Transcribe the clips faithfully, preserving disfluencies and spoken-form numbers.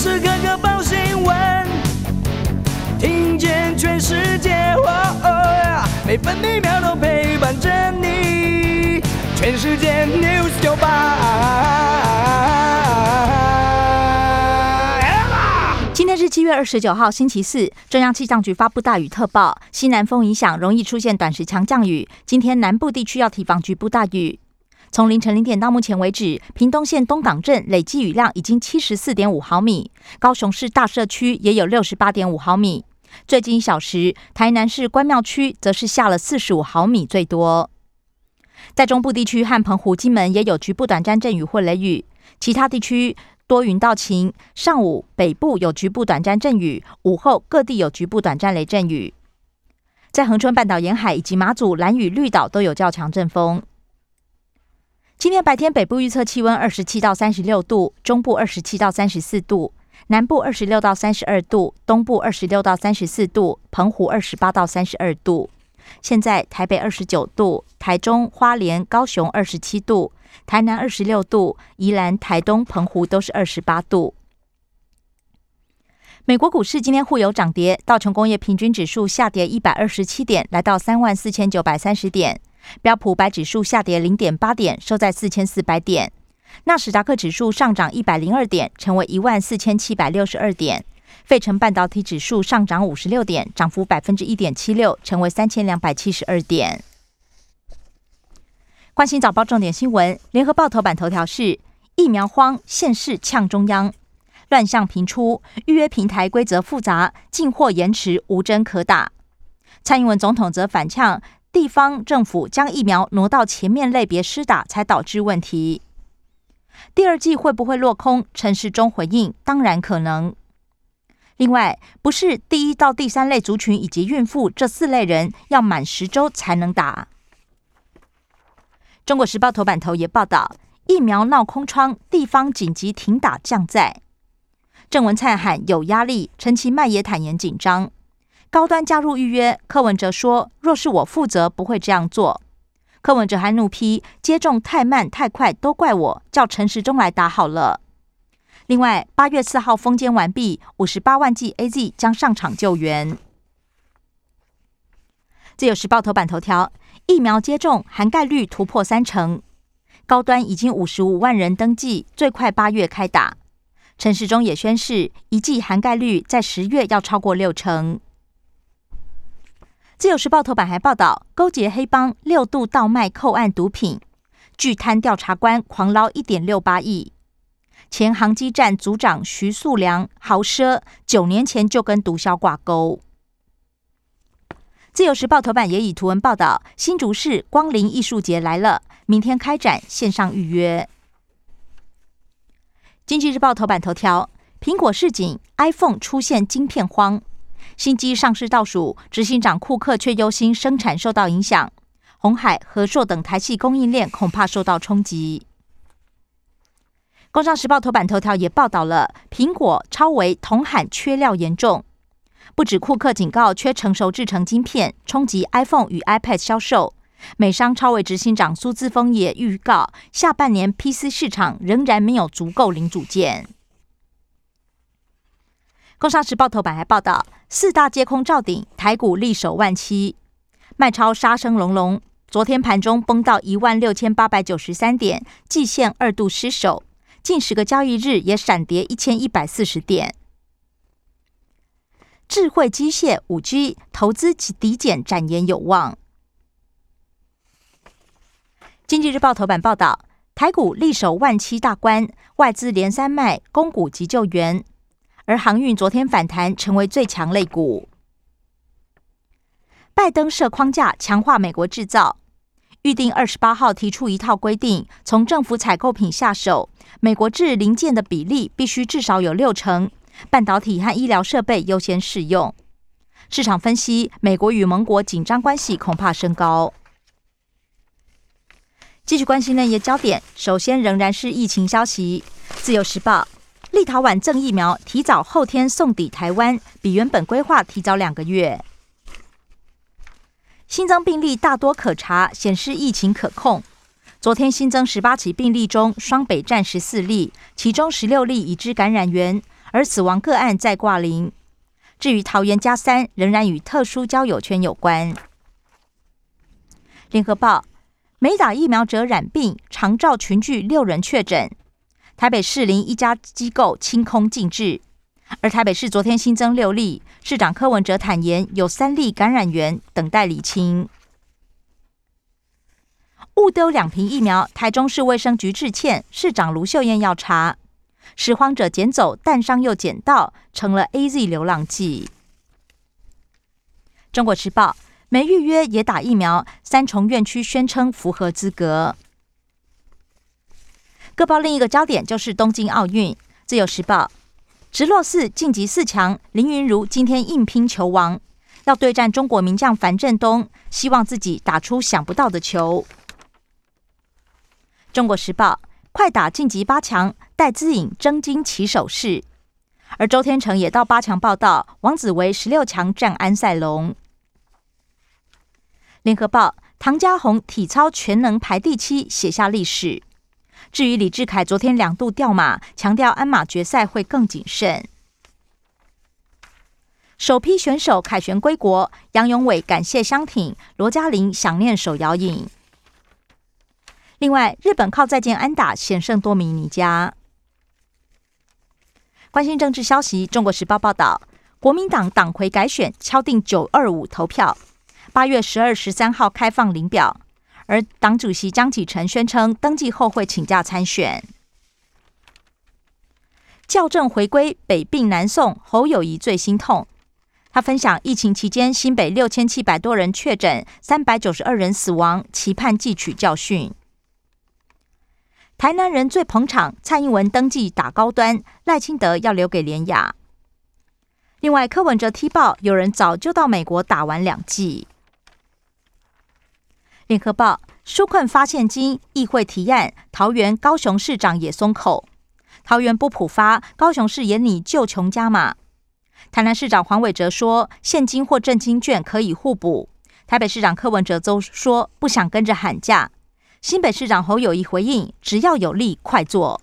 时刻刻报新闻，听见全世界，哦哦，每分每秒都陪伴着你。全世界 News 九八。 今天是七月二十九号，星期四。中央气象局发布大雨特报，西南风影响，容易出现短时强降雨。今天南部地区要提防局部大雨。从凌晨零点到目前为止，屏东县东港镇累计雨量已经七十四点五毫米，高雄市大社区也有六十八点五毫米。最近一小时，台南市关庙区则是下了四十五毫米最多。在中部地区和澎湖、金门也有局部短暂阵雨或雷雨，其他地区多云到晴，上午北部有局部短暂阵雨，午后各地有局部短暂雷阵雨。在恒春半岛沿海以及马祖、兰屿、绿岛都有较强阵风。今天白天北部预测气温二十七到三十六度，中部二十七到三十四度，南部二十六到三十二度，东部二十六到三十四度，澎湖二十八到三十二度。现在台北二十九度，台中、花莲、高雄二十七度，台南二十六度，宜兰、台东、澎湖都是二十八度。美国股市今天互有涨跌，道琼工业平均指数下跌一百二十七点，来到三万四千九百三十点；标普五百指数下跌零点八点，收在四千四百点；纳斯达克指数上涨一百零二点，成为一万四千七百六十二点。费城半导体指数上涨五十六点，涨幅百分之一点七六，成为三千两百七十二点。关心早报重点新闻，联合报头版头条是疫苗荒，县市呛中央，乱象频出，预约平台规则复杂，进货延迟，无针可打。蔡英文总统则反呛，地方政府将疫苗挪到前面类别施打，才导致问题。第二季会不会落空？陈时中回应，当然可能。另外，不是第一到第三类族群以及孕妇这四类人要满十周才能打。中国时报头版头也报道，疫苗闹空窗，地方紧急停打降载。郑文灿喊有压力，陈其迈也坦言紧张。高端加入预约，柯文哲说，若是我负责，不会这样做。柯文哲还怒批接种太慢太快都怪我，叫陈时中来打好了。另外，八月四号封监完毕，五十八万剂 A Z 将上场救援。自由时报头版头条，疫苗接种涵盖率突破三成，高端已经五十五万人登记，最快八月开打。陈时中也宣示，一剂涵盖率在十月要超过六成。自由时报头版还报道，勾结黑帮六度倒卖扣案毒品，巨贪调查官狂捞一点六八亿。前航机站组长徐素良豪奢，九年前就跟毒枭挂钩。自由时报头版也以图文报道，新竹市光临艺术节来了，明天开展线上预约。经济日报头版头条，苹果示警 iPhone 出现晶片荒，新机上市倒数，执行长库克却忧心生产受到影响，鸿海、和硕等台系供应链恐怕受到冲击。工商时报头版头条也报道了，苹果、超微同喊缺料严重，不止库克警告缺成熟制程晶片，冲击 iPhone 与 iPad 销售。美商超微执行长苏姿丰也预告，下半年 P C 市场仍然没有足够零组件。工商时报头版还报道，四大接空照顶，台股力守万七，卖超杀声隆隆，昨天盘中崩到一万六千八百九十三点，季线二度失守。近十个交易日也闪跌一千一百四十点。智慧机械 五 G 投资抵减展延有望。经济日报头版报道，台股力守万七大关，外资连三卖，供股急救援。而航运昨天反弹，成为最强类股。拜登设框架强化美国制造。预定二十八号提出一套规定，从政府采购品下手，美国制零件的比例必须至少有六成，半导体和医疗设备优先适用。市场分析，美国与盟国紧张关系恐怕升高。继续关心内页焦点，首先仍然是疫情消息。自由时报，立陶宛赠疫苗提早后天送抵台湾，比原本规划提早两个月。新增病例大多可查，显示疫情可控。昨天新增十八起病例中，双北占十四例，其中十六例已知感染源， 而死亡个案再挂零。至于桃园加三，仍然与特殊交友圈有关。联合报，没打疫苗者染病，长照群聚六人确诊。台北市林一家机构清空禁制，而台北市昨天新增六例，市长柯文哲坦言有三例感染源等待厘清。误丢两瓶疫苗，台中市卫生局致歉，市长卢秀燕要查。拾荒者捡走，弹伤又捡到，成了 A Z 流浪记。中国时报，没预约也打疫苗，三重院区宣称符合资格。各报另一个焦点就是东京奥运。自由时报，直落四晋级四强，林昀儒今天硬拼球王，要对战中国名将樊振东，希望自己打出想不到的球。中国时报，快打晋级八强，戴资颖争金起手式。而周天成也到八强报道，王子维十六强战安赛龙。联合报，唐家宏体操全能排第七，写下历史。至于李智凯昨天两度掉马，强调鞍马决赛会更谨慎。首批选手凯旋归国，杨永伟感谢相挺，罗嘉玲想念手摇饮。另外，日本靠再见安打险胜多米尼加。关心政治消息，中国时报报道，国民党党魁改选，敲定九二五投票，八月十二、十三号开放领表。而党主席江启臣宣称，登记后会请假参选。校正回归，北病南送，侯友宜最心痛。他分享疫情期间新北六千七百多人确诊，三百九十二人死亡，期盼汲取教训。台南人最捧场，蔡英文登记打高端，赖清德要留给联雅。另外，柯文哲踢爆，有人早就到美国打完两剂。联合报，纾困发现金，议会提案，桃园、高雄市长也松口。桃园不普发，高雄市也拟救穷加码。台南市长黄伟哲说，现金或振兴券可以互补。台北市长柯文哲都说不想跟着喊价。新北市长侯友宜回应，只要有利，快做。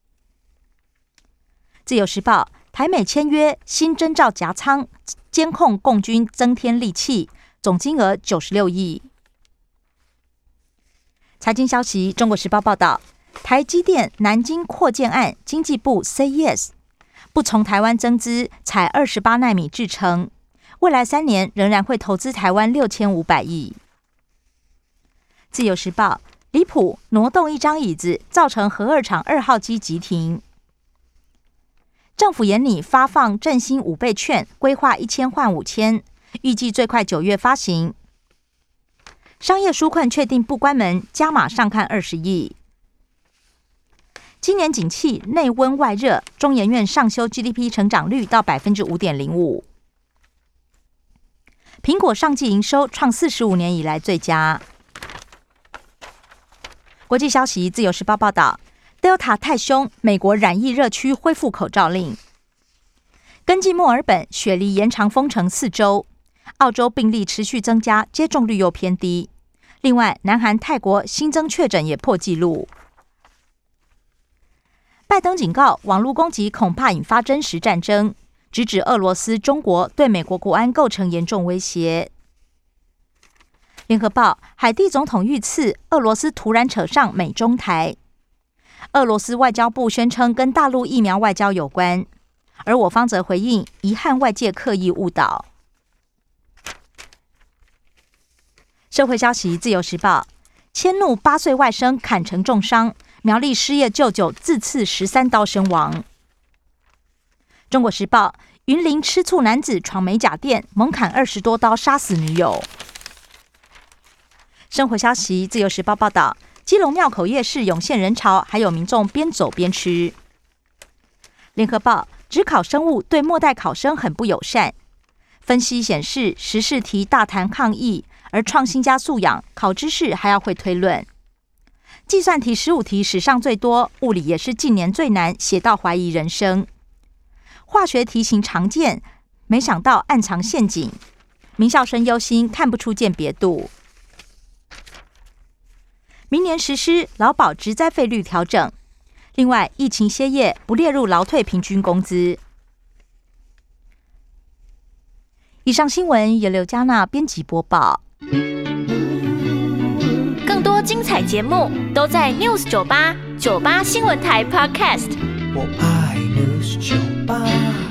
自由时报，台美签约，新征召夹仓，监控共军增添利器，总金额九十六亿。财经消息，中国时报报道，台积电南京扩建案，经济部 say yes， 不从台湾增资，采二十八奈米制程，未来三年仍然会投资台湾六千五百亿。自由时报，离谱，挪动一张椅子，造成核二厂二号机急停。政府研拟发放振兴五倍券，规划一千换五千，预计最快九月发行。商业纾困确定不关门，加码上看二十亿。今年景气内温外热，中研院上修 G D P 成长率到 百分之五点零五。苹果上季营收创四十五年以来最佳。国际消息，自由时报报道 ，Delta 太凶，美国染疫热区恢复口罩令。根据墨尔本，雪梨延长封城四周。澳洲病例持续增加，接种率又偏低。另外，南韩、泰国新增确诊也破纪录。拜登警告，网络攻击恐怕引发真实战争，直指俄罗斯、中国对美国国安构成严重威胁。联合报，海地总统遇刺，俄罗斯突然扯上美中台。俄罗斯外交部宣称跟大陆疫苗外交有关，而我方则回应，遗憾外界刻意误导。社会消息，自由时报，迁怒八岁外甥砍成重伤，苗栗失业舅舅自刺十三刀身亡。中国时报，云林吃醋男子闯美甲店，猛砍二十多刀杀死女友。生活消息，自由时报报道，基隆庙口夜市涌现人潮，还有民众边走边吃。联合报，指考生物对末代考生很不友善。分析显示，时事题大谈抗议，而创新加素养，考知识还要会推论。计算题十五题史上最多，物理也是近年最难，写到怀疑人生。化学题型常见，没想到暗藏陷阱。名校生忧心看不出鉴别度。明年实施劳保职灾费率调整。另外，疫情歇业不列入劳退平均工资。 以上新闻由刘嘉娜编辑播报。 更多精彩节目都在 News 九八九八新闻台 Podcast。 我爱 News 九八。